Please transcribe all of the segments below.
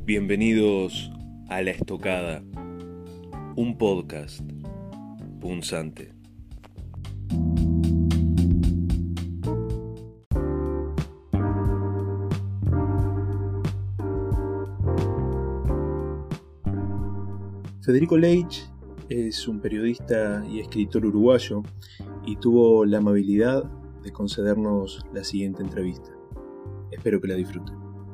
Bienvenidos a La Estocada, un podcast punzante. Federico Leitch es un periodista y escritor uruguayo y tuvo la amabilidad de concedernos la siguiente entrevista. Espero que la disfruten.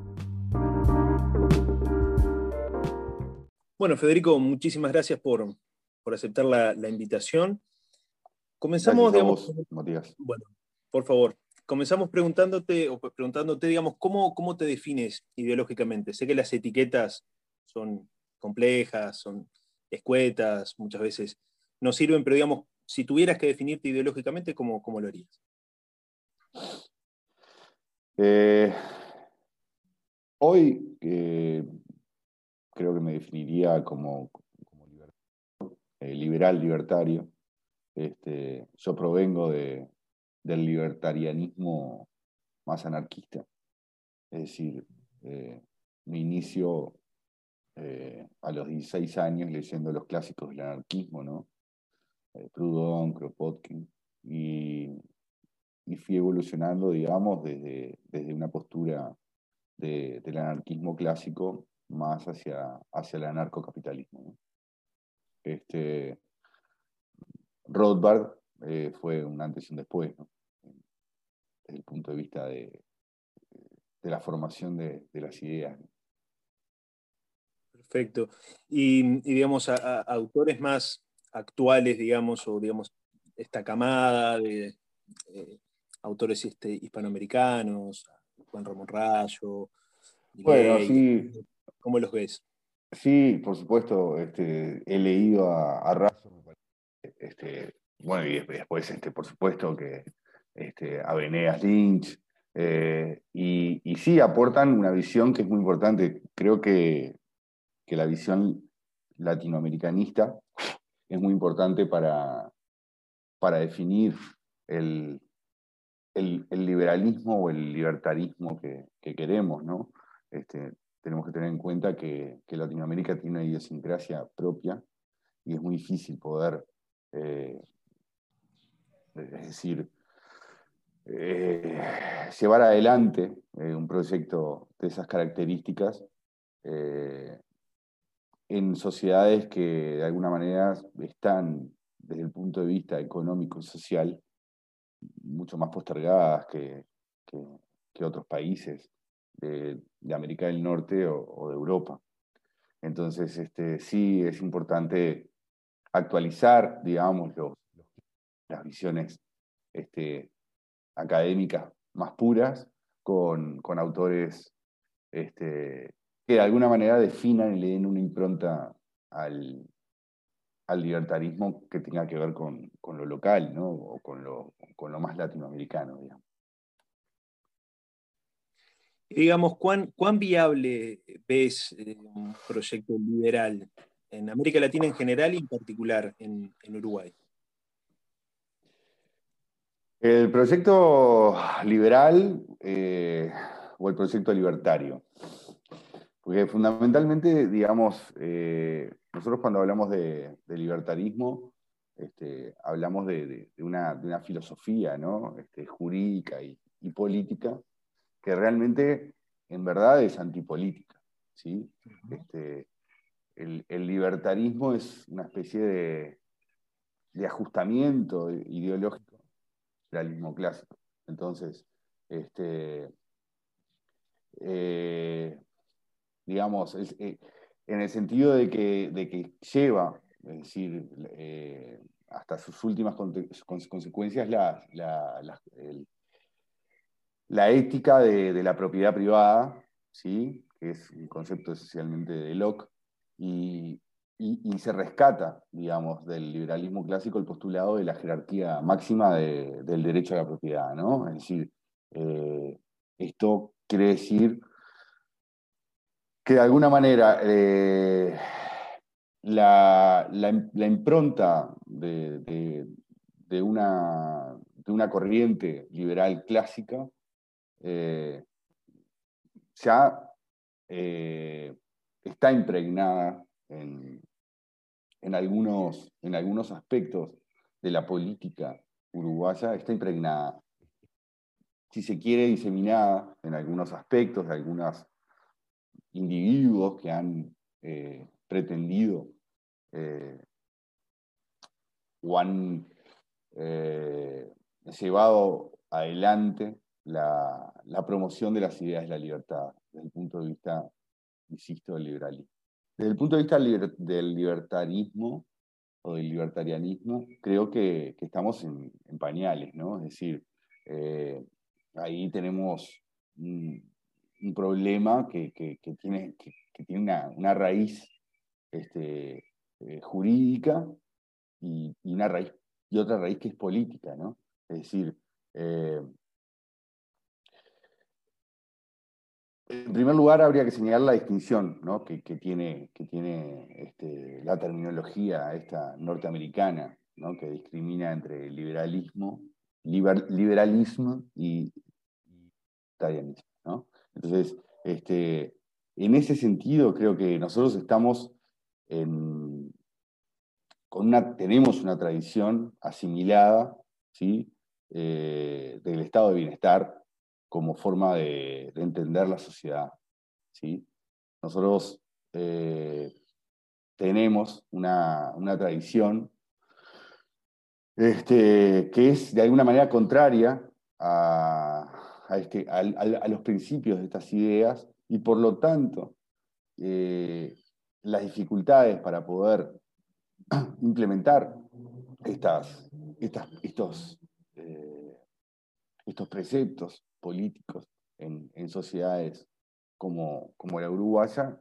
Bueno, Federico, muchísimas gracias por aceptar la invitación. Comenzamos, Gracias a vos, Matías. Bueno, por favor, comenzamos preguntándote, digamos, ¿cómo te defines ideológicamente? Sé que las etiquetas son complejas, son escuetas, muchas veces no sirven, pero digamos, si tuvieras que definirte ideológicamente, ¿cómo lo harías? Hoy creo que me definiría como liberal libertario. Yo provengo del libertarianismo más anarquista. Es decir, mi inicio a los 16 años leyendo los clásicos del anarquismo, ¿no? Proudhon, Kropotkin, y fui evolucionando, digamos, desde una postura del anarquismo clásico más hacia el anarcocapitalismo, ¿no? Rothbard fue un antes y un después, ¿no? Desde el punto de vista de la formación de las ideas, ¿no? Perfecto. Y digamos, a autores más actuales, digamos, o digamos, esta camada de autores hispanoamericanos, Juan Ramón Rayo, Bueno, Milei, sí, ¿cómo los ves? sí, por supuesto, he leído a Razo, bueno, y después, por supuesto, que a Venegas Lynch, y sí, aportan una visión que es muy importante. Creo que la visión latinoamericanista es muy importante para definir el, el liberalismo o el libertarismo que queremos, ¿no? Tenemos que tener en cuenta que Latinoamérica tiene una idiosincrasia propia y es muy difícil poder, es decir, llevar adelante un proyecto de esas características eh, en sociedades que de alguna manera están, desde el punto de vista económico y social, mucho más postergadas que, que otros países de América del Norte o de Europa. Entonces, sí es importante actualizar, digamos, las visiones académicas más puras con autores que de alguna manera definan y le den una impronta al, al libertarismo que tenga que ver con lo local, ¿no? O con lo más latinoamericano, digamos. Y digamos, ¿cuán viable ves un proyecto liberal en América Latina en general y en particular en Uruguay? El proyecto liberal o el proyecto libertario. Porque fundamentalmente, digamos, nosotros cuando hablamos de libertarismo, hablamos de una filosofía, ¿no? Jurídica y política, que realmente, en verdad, es antipolítica, ¿sí? El libertarismo es una especie de ajustamiento ideológico del liberalismo clásico. Entonces, eh, digamos, en el sentido de que lleva, es decir, hasta sus últimas consecuencias la ética de la propiedad privada, ¿sí? Que es un concepto esencialmente de Locke, y, y se rescata, digamos, del liberalismo clásico el postulado de la jerarquía máxima del derecho a la propiedad, ¿no? Es decir, esto quiere decir que de alguna manera la impronta de una corriente liberal clásica ya está impregnada en algunos aspectos de la política uruguaya, está impregnada, si se quiere, diseminada en algunos aspectos de algunos individuos que han pretendido o han llevado adelante la promoción de las ideas de la libertad desde el punto de vista, insisto, del liberalismo. Desde el punto de vista del libertarismo o del libertarianismo, creo que estamos en pañales, ¿no? Es decir, ahí tenemos un problema que tiene una raíz jurídica y otra raíz que es política, ¿no? Es decir, en primer lugar habría que señalar la distinción, ¿no? que tiene la terminología esta norteamericana, ¿no? Que discrimina entre liberalismo y libertarianismo, ¿no? Entonces, en ese sentido creo que nosotros estamos tenemos una tradición asimilada, ¿sí? Del estado de bienestar como forma de entender la sociedad, ¿sí? Nosotros tenemos una tradición que es de alguna manera contraria a los principios de estas ideas y por lo tanto las dificultades para poder implementar estos, estos preceptos políticos en sociedades como la uruguaya,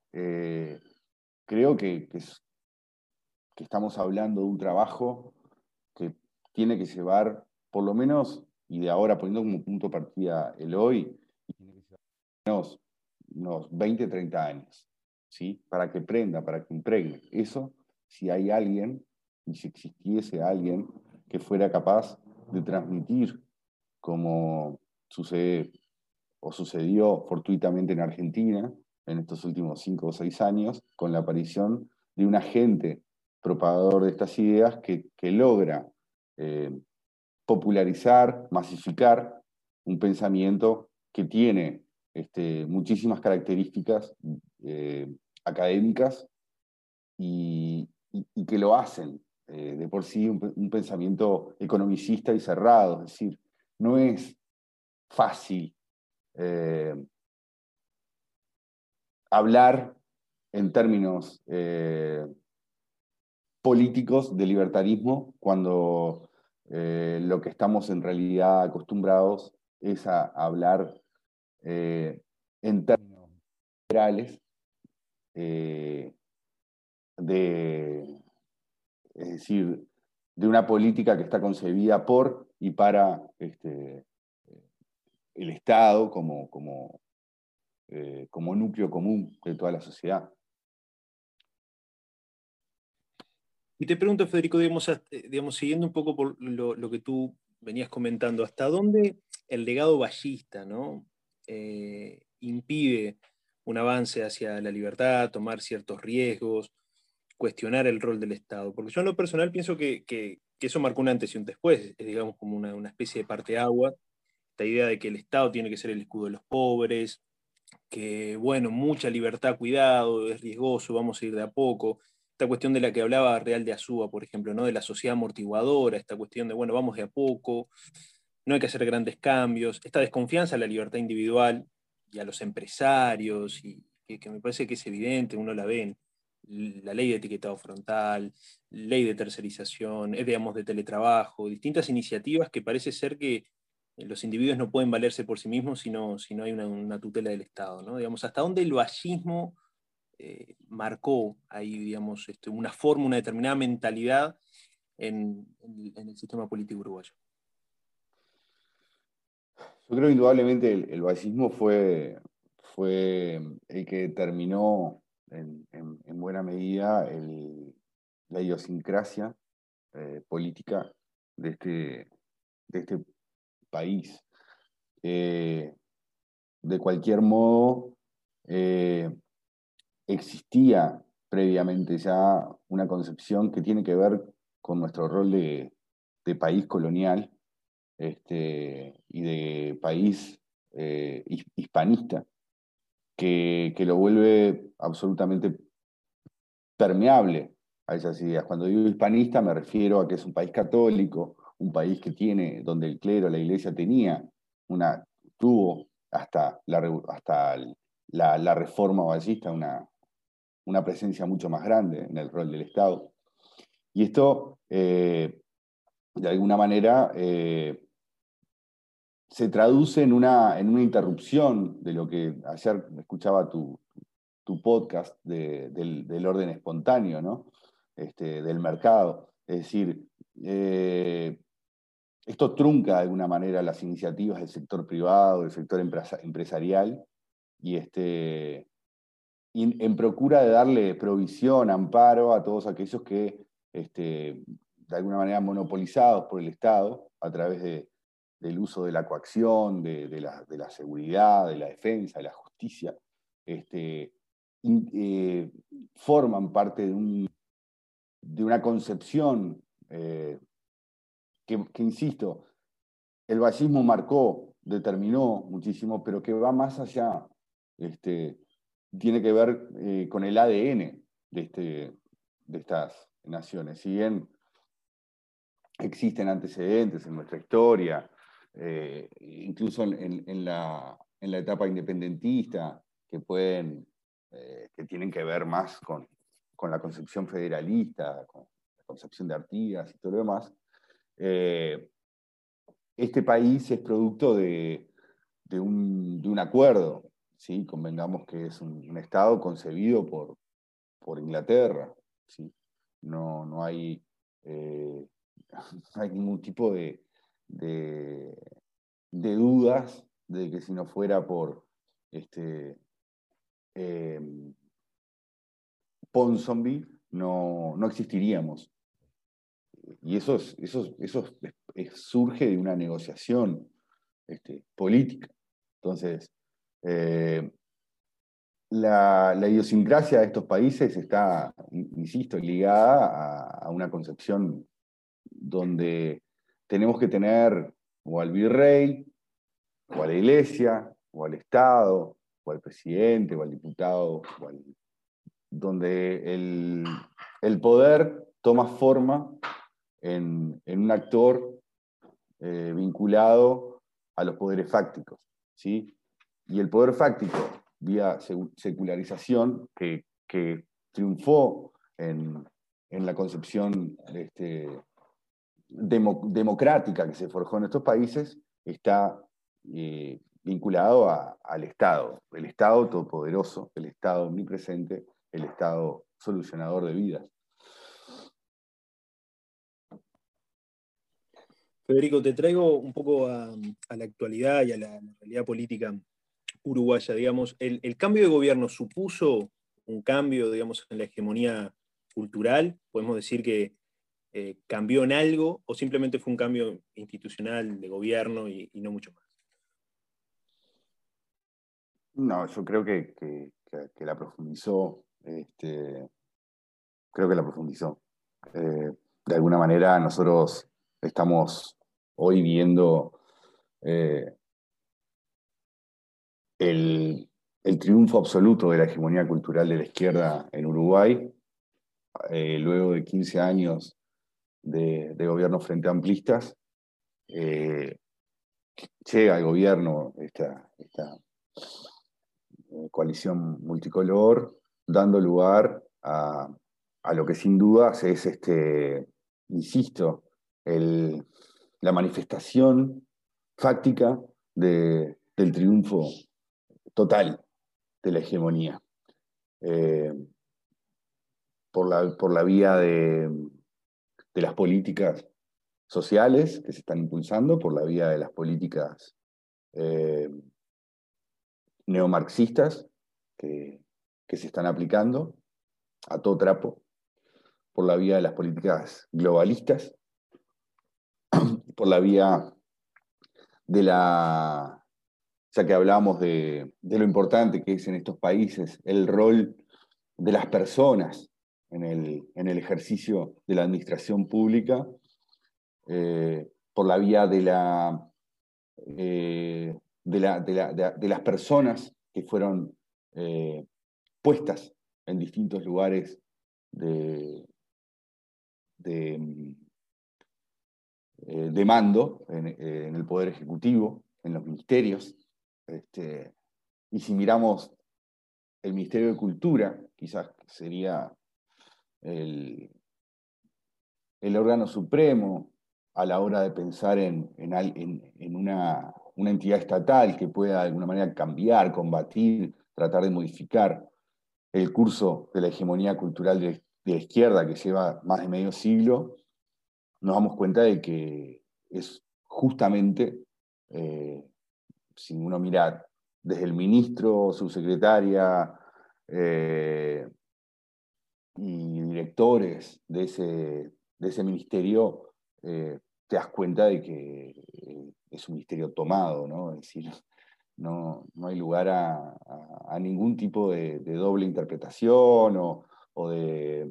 creo que estamos hablando de un trabajo que tiene que llevar, por lo menos, y de ahora poniendo como punto de partida el hoy, tiene que llevar unos 20, 30 años, ¿sí? Para que prenda, para que impregne. Eso, si hay alguien, y si existiese alguien que fuera capaz de transmitir como sucede o sucedió fortuitamente en Argentina en estos últimos 5 o 6 años, con la aparición de un agente propagador de estas ideas que logra popularizar, masificar un pensamiento que tiene muchísimas características académicas y que lo hacen de por sí un pensamiento economicista y cerrado. Es decir, no es fácil hablar en términos políticos de libertarismo cuando lo que estamos en realidad acostumbrados es a hablar en términos liberales eh, de, es decir, de una política que está concebida por y para el Estado como núcleo común de toda la sociedad. Y te pregunto, Federico, digamos, siguiendo un poco por lo que tú venías comentando, ¿hasta dónde el legado ballista, ¿no? Impide un avance hacia la libertad, tomar ciertos riesgos, cuestionar el rol del Estado? Porque yo en lo personal pienso que eso marcó un antes y un después, es digamos como una especie de parteaguas, esta idea de que el Estado tiene que ser el escudo de los pobres, que, bueno, mucha libertad, cuidado, es riesgoso, vamos a ir de a poco. Esta cuestión de la que hablaba Real de Azúa, por ejemplo, ¿no? De la sociedad amortiguadora, esta cuestión de, bueno, vamos de a poco, no hay que hacer grandes cambios, esta desconfianza a la libertad individual y a los empresarios, y que me parece que es evidente, uno la ve en la ley de etiquetado frontal, ley de tercerización, digamos, de teletrabajo, distintas iniciativas que parece ser que los individuos no pueden valerse por sí mismos si no hay una tutela del Estado, ¿no? Digamos, hasta dónde el vallismo marcó ahí, digamos, una forma, una determinada mentalidad en el sistema político uruguayo. Yo creo indudablemente el vallismo fue el que determinó en buena medida la idiosincrasia política de este país. De cualquier modo, existía previamente ya una concepción que tiene que ver con nuestro rol de país colonial y de país hispanista, que lo vuelve absolutamente permeable a esas ideas. Cuando digo hispanista me refiero a que es un país católico, un país que tiene, donde el clero, la iglesia tuvo hasta la reforma ballista una presencia mucho más grande en el rol del Estado. Y esto, de alguna manera, se traduce en una interrupción de lo que ayer escuchaba tu podcast del orden espontáneo, ¿no? Del mercado. Es decir, esto trunca de alguna manera las iniciativas del sector privado, del sector empresarial, y en procura de darle provisión, amparo a todos aquellos que, de alguna manera, monopolizados por el Estado a través del uso de la coacción, de la seguridad, de la defensa, de la justicia, forman parte de una concepción que, insisto, el vallismo determinó muchísimo, pero que va más allá. Tiene que ver con el ADN de estas naciones. Si bien existen antecedentes en nuestra historia, incluso en la etapa independentista, que tienen que ver más con la concepción federalista, con la concepción de Artigas y todo lo demás, este país es producto de un acuerdo, ¿sí? Convengamos que es un Estado concebido por Inglaterra, ¿sí? No hay, no hay ningún tipo de dudas de que si no fuera por eh, Ponsonby no existiríamos. Y eso surge de una negociación política. Entonces, la idiosincrasia de estos países está, insisto, ligada a una concepción donde tenemos que tener o al virrey, o a la iglesia, o al Estado, o al presidente, o al diputado, donde el poder toma forma en un actor vinculado a los poderes fácticos, ¿sí? Y el poder fáctico, vía secularización, que triunfó en la concepción democrática que se forjó en estos países, está vinculado al Estado, el Estado todopoderoso, el Estado omnipresente, el Estado solucionador de vidas. Federico, te traigo un poco a la actualidad y a la realidad política uruguaya. Digamos, el cambio de gobierno supuso un cambio, digamos, en la hegemonía cultural. Podemos decir que cambió en algo o simplemente fue un cambio institucional de gobierno y no mucho más. No, yo creo que la profundizó. Creo que la profundizó. De alguna manera nosotros estamos hoy viendo el triunfo absoluto de la hegemonía cultural de la izquierda en Uruguay, luego de 15 años de gobierno frente amplistas. Llega al gobierno esta coalición multicolor, dando lugar a lo que sin dudas es, insisto, la manifestación fáctica del triunfo total de la hegemonía. Por la vía de las políticas sociales que se están impulsando, por la vía de las políticas neomarxistas que se están aplicando a todo trapo, por la vía de las políticas globalistas, por la vía ya que hablamos de lo importante que es en estos países el rol las personas en el ejercicio de la administración pública, por la vía de las personas que fueron puestas en distintos lugares de, de mando en el Poder Ejecutivo, en los ministerios. Y si miramos el Ministerio de Cultura, quizás sería el órgano supremo a la hora de pensar en una entidad estatal que pueda de alguna manera cambiar, combatir, tratar de modificar el curso de la hegemonía cultural de la izquierda que lleva más de medio siglo, nos damos cuenta de que es justamente, si uno mira desde el ministro, subsecretaria y directores de ese ministerio, te das cuenta de que es un ministerio tomado, ¿no? Es decir, no hay lugar a ningún tipo de doble interpretación o de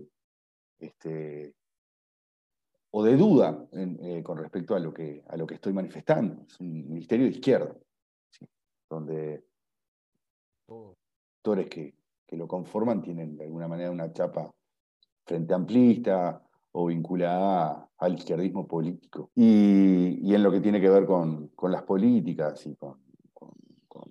o de duda con respecto a lo que estoy manifestando. Es un ministerio de izquierda, ¿sí? Donde todos los actores que lo conforman tienen de alguna manera una chapa frente amplista o vinculada al izquierdismo político. Y en lo que tiene que ver con las políticas y con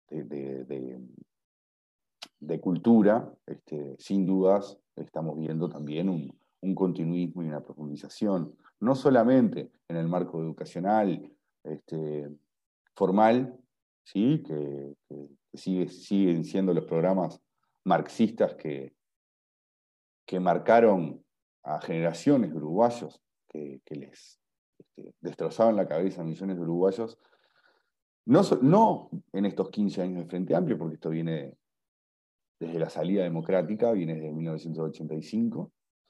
de cultura, sin dudas estamos viendo también un continuismo y una profundización, no solamente en el marco educacional formal, ¿sí? que siguen siendo los programas marxistas que marcaron a generaciones de uruguayos, que les destrozaban la cabeza a millones de uruguayos, no en estos 15 años de Frente Amplio, porque esto viene desde la salida democrática, viene desde 1985,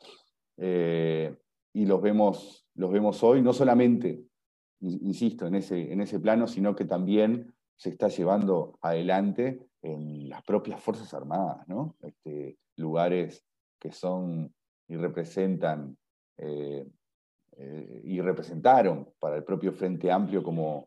y los vemos hoy, no solamente, insisto, en ese plano, sino que también se está llevando adelante en las propias Fuerzas Armadas, ¿no? Lugares que son y representan y representaron para el propio Frente Amplio como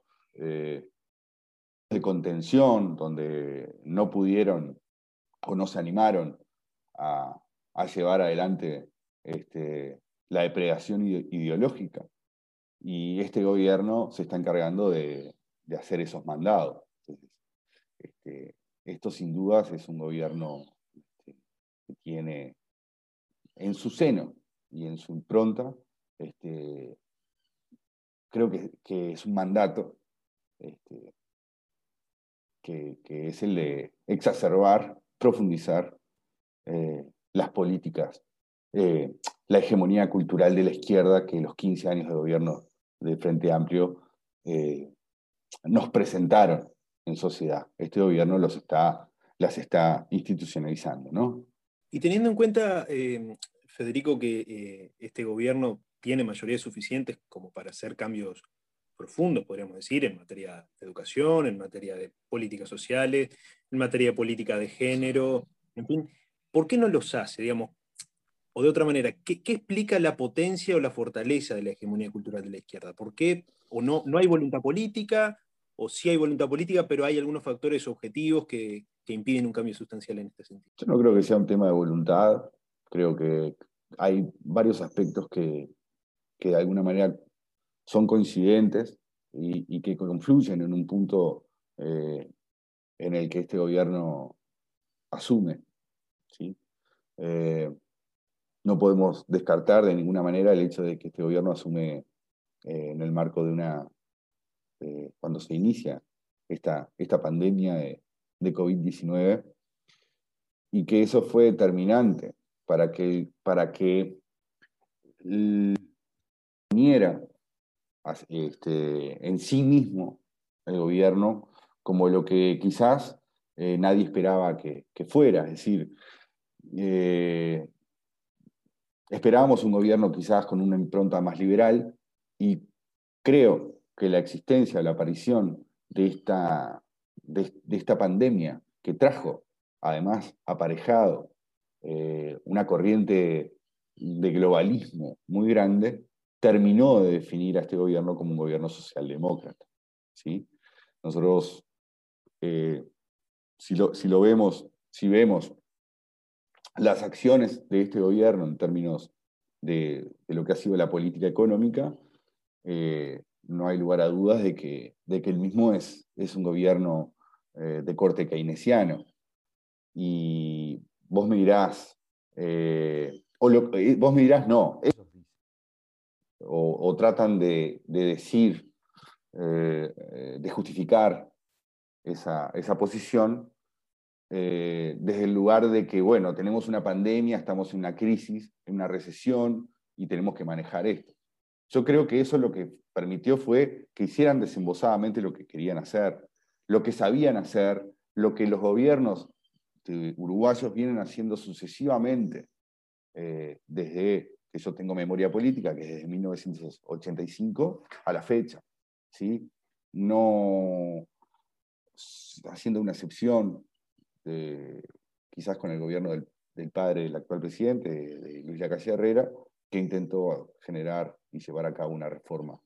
de contención, donde no pudieron o no se animaron a llevar adelante la depredación ideológica. Y este gobierno se está encargando de hacer esos mandados. Entonces, esto sin dudas es un gobierno que tiene en su seno y en su impronta, creo que es un mandato que es el de exacerbar, profundizar las políticas, la hegemonía cultural de la izquierda que los 15 años de gobierno del Frente Amplio nos presentaron en sociedad. Este gobierno las está institucionalizando, ¿no? Y teniendo en cuenta, Federico, que este gobierno tiene mayorías suficientes como para hacer cambios profundos, podríamos decir, en materia de educación, en materia de políticas sociales, en materia de política de género, en fin, ¿por qué no los hace, digamos? O de otra manera, ¿qué explica la potencia o la fortaleza de la hegemonía cultural de la izquierda? ¿Por qué o no hay voluntad política, o sí hay voluntad política, pero hay algunos factores objetivos que impiden un cambio sustancial en este sentido? Yo no creo que sea un tema de voluntad, creo que hay varios aspectos que de alguna manera son coincidentes y que confluyen en un punto en el que este gobierno asume, ¿sí? No podemos descartar de ninguna manera el hecho de que este gobierno asume en el marco cuando se inicia esta pandemia de COVID-19, y que eso fue determinante para que viniera en sí mismo el gobierno como lo que quizás nadie esperaba que fuera. Es decir, eh, esperábamos un gobierno quizás con una impronta más liberal, y creo que la existencia, la aparición de esta pandemia que trajo además aparejado una corriente de globalismo muy grande, terminó de definir a este gobierno como un gobierno socialdemócrata. ¿Sí? Nosotros, si vemos las acciones de este gobierno en términos de lo que ha sido la política económica, no hay lugar a dudas de que el mismo es un gobierno de corte keynesiano. Y vos me dirás, vos me dirás, no, ellos dicen, o tratan de decir, de justificar esa posición desde el lugar de que, bueno, tenemos una pandemia, estamos en una crisis, en una recesión y tenemos que manejar esto. Yo creo que eso lo que permitió fue que hicieran desembosadamente lo que querían hacer, lo que sabían hacer, lo que los gobiernos uruguayos vienen haciendo sucesivamente desde que yo tengo memoria política, que es desde 1985 a la fecha. ¿Sí? No haciendo una excepción, quizás con el gobierno del padre del actual presidente, de Luis Lacalle Herrera, que intentó generar y llevar a cabo una reforma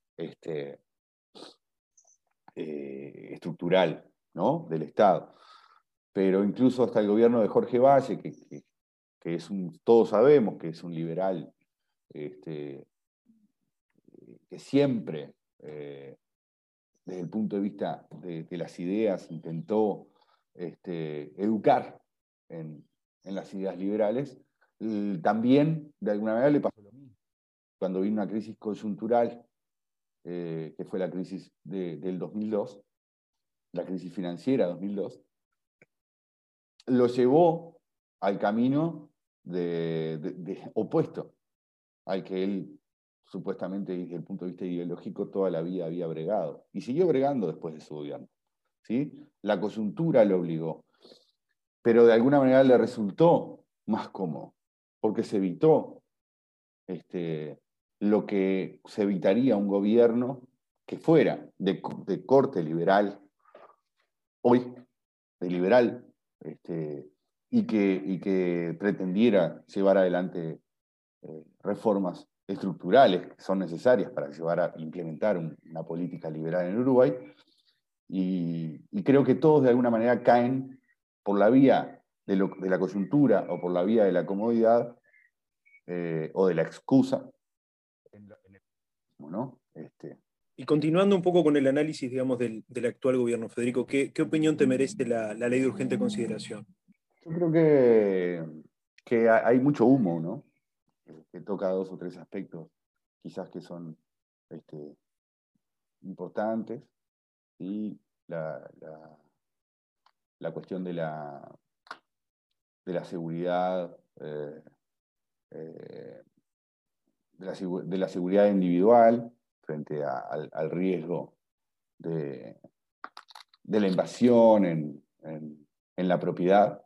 estructural, ¿no?, del Estado. Pero incluso hasta el gobierno de Jorge Valle, que es todos sabemos que es un liberal, que siempre, desde el punto de vista de las ideas, intentó educar en las ideas liberales, también de alguna manera le pasó lo mismo. Cuando vino una crisis coyuntural, que fue la crisis del 2002, la crisis financiera 2002, lo llevó al camino opuesto al que él supuestamente desde el punto de vista ideológico toda la vida había bregado. Y siguió bregando después de su gobierno. ¿Sí? La coyuntura lo obligó. Pero de alguna manera le resultó más cómodo, porque se evitó lo que se evitaría un gobierno que fuera de corte liberal, hoy, de liberal, y que pretendiera llevar adelante reformas estructurales que son necesarias para llevar a implementar una política liberal en Uruguay, y creo que todos de alguna manera caen por la vía de la coyuntura o por la vía de la comodidad o de la excusa, ¿no? Y continuando un poco con el análisis, digamos, del actual gobierno, Federico, ¿qué opinión te merece la ley de urgente consideración? Yo creo que hay mucho humo, ¿no? Que toca dos o tres aspectos, quizás que son importantes, y la cuestión de la seguridad, eh, de la seguridad individual frente al riesgo de la invasión en la propiedad.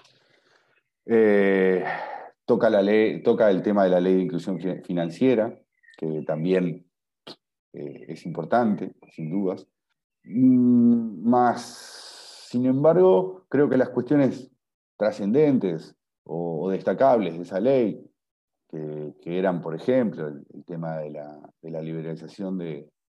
Toca el tema de la ley de inclusión financiera, que también es importante, sin dudas. Sin embargo, creo que las cuestiones trascendentes o destacables de esa ley, que eran, por ejemplo, el tema de la liberalización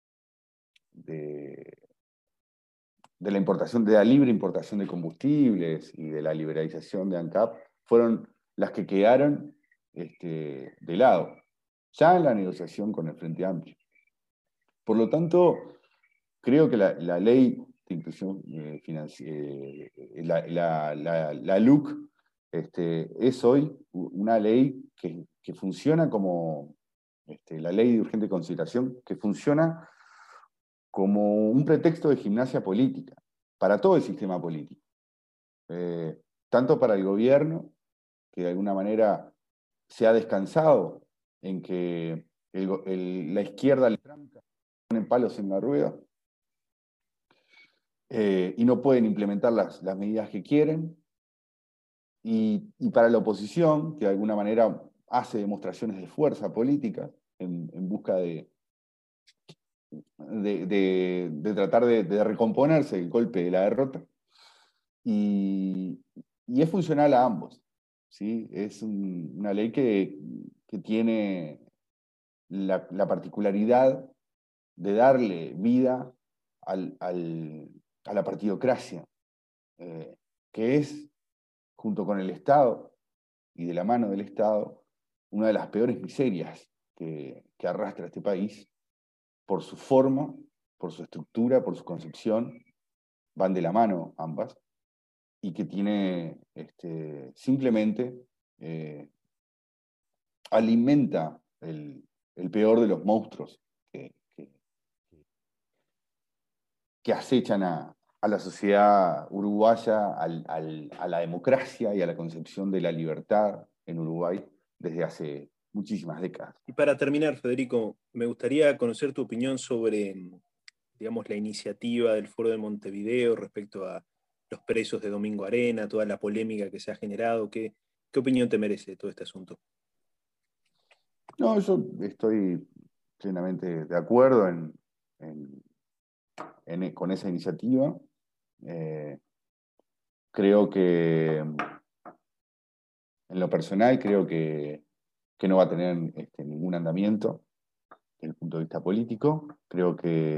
de la importación, de la libre importación de combustibles y de la liberalización de ANCAP, fueron las que quedaron de lado, ya en la negociación con el Frente Amplio. Por lo tanto, creo que la ley de inclusión financiera, la LUC, es hoy una ley que funciona como la ley de urgente consideración, que funciona como un pretexto de gimnasia política para todo el sistema político. Tanto para el gobierno, que de alguna manera se ha descansado en que la izquierda le tranca, ponen palos en la rueda, y no pueden implementar las medidas que quieren, y para la oposición, que de alguna manera hace demostraciones de fuerza política en busca de tratar de recomponerse el golpe de la derrota, y es funcional a ambos. ¿sí? Es una ley que tiene la particularidad de darle vida a la partidocracia, eh, que es, junto con el Estado y de la mano del Estado, una de las peores miserias que arrastra este país por su forma, por su estructura, por su concepción, van de la mano ambas, y que tiene simplemente eh, alimenta el peor de los monstruos que, que- que acechan a la sociedad uruguaya, a la democracia y a la concepción de la libertad en Uruguay desde hace muchísimas décadas. Y para terminar, Federico, me gustaría conocer tu opinión sobre, digamos, la iniciativa del Foro de Montevideo respecto a los presos de Domingo Arena, toda la polémica que se ha generado. ¿Qué opinión te merece todo este asunto? No, yo estoy plenamente de acuerdo en- con esa iniciativa. Eh, Creo que, en lo personal, creo que no va a tener ningún andamiento desde el punto de vista político. Creo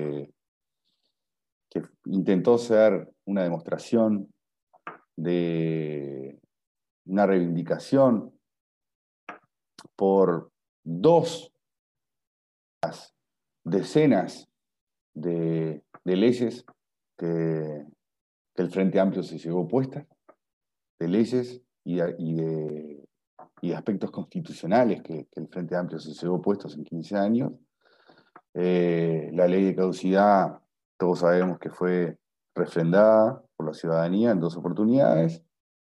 que intentó ser una demostración de una reivindicación por dos decenas de leyes que el Frente Amplio se llevó puestas, de leyes y de aspectos constitucionales que el Frente Amplio se llevó puestos en 15 años. La ley de caducidad, todos sabemos que fue refrendada por la ciudadanía en 2 oportunidades,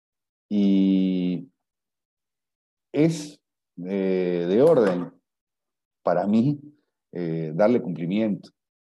y es de orden para mí darle cumplimiento.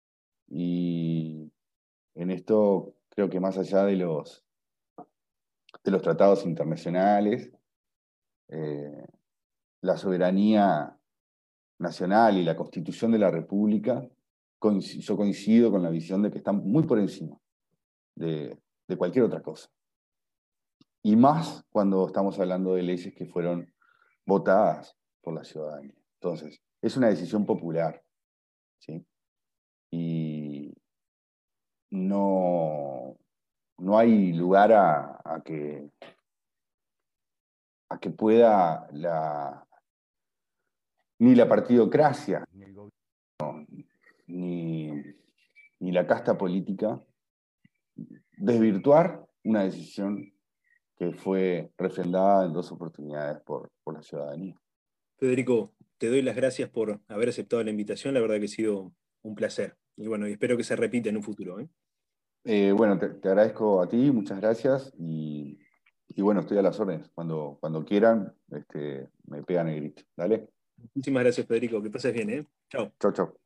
Y en esto creo que más allá de los tratados internacionales, eh, la soberanía nacional y la constitución de la República, yo coincido con la visión de que están muy por encima de cualquier otra cosa. Y más cuando estamos hablando de leyes que fueron votadas por la ciudadanía. Entonces, es una decisión popular, ¿sí? Y no, no hay lugar a que pueda ni la partidocracia, ni, ni la casta política desvirtuar una decisión que fue refrendada en 2 oportunidades por la ciudadanía. Federico, te doy las gracias por haber aceptado la invitación, la verdad que ha sido un placer. Y bueno, espero que se repita en un futuro, ¿eh? Bueno, te agradezco a ti, muchas gracias, y bueno, estoy a las órdenes. Cuando quieran, me pegan el grito. Dale, Muchísimas gracias, Federico, que pases bien, ¿eh? Chao. chau, chau.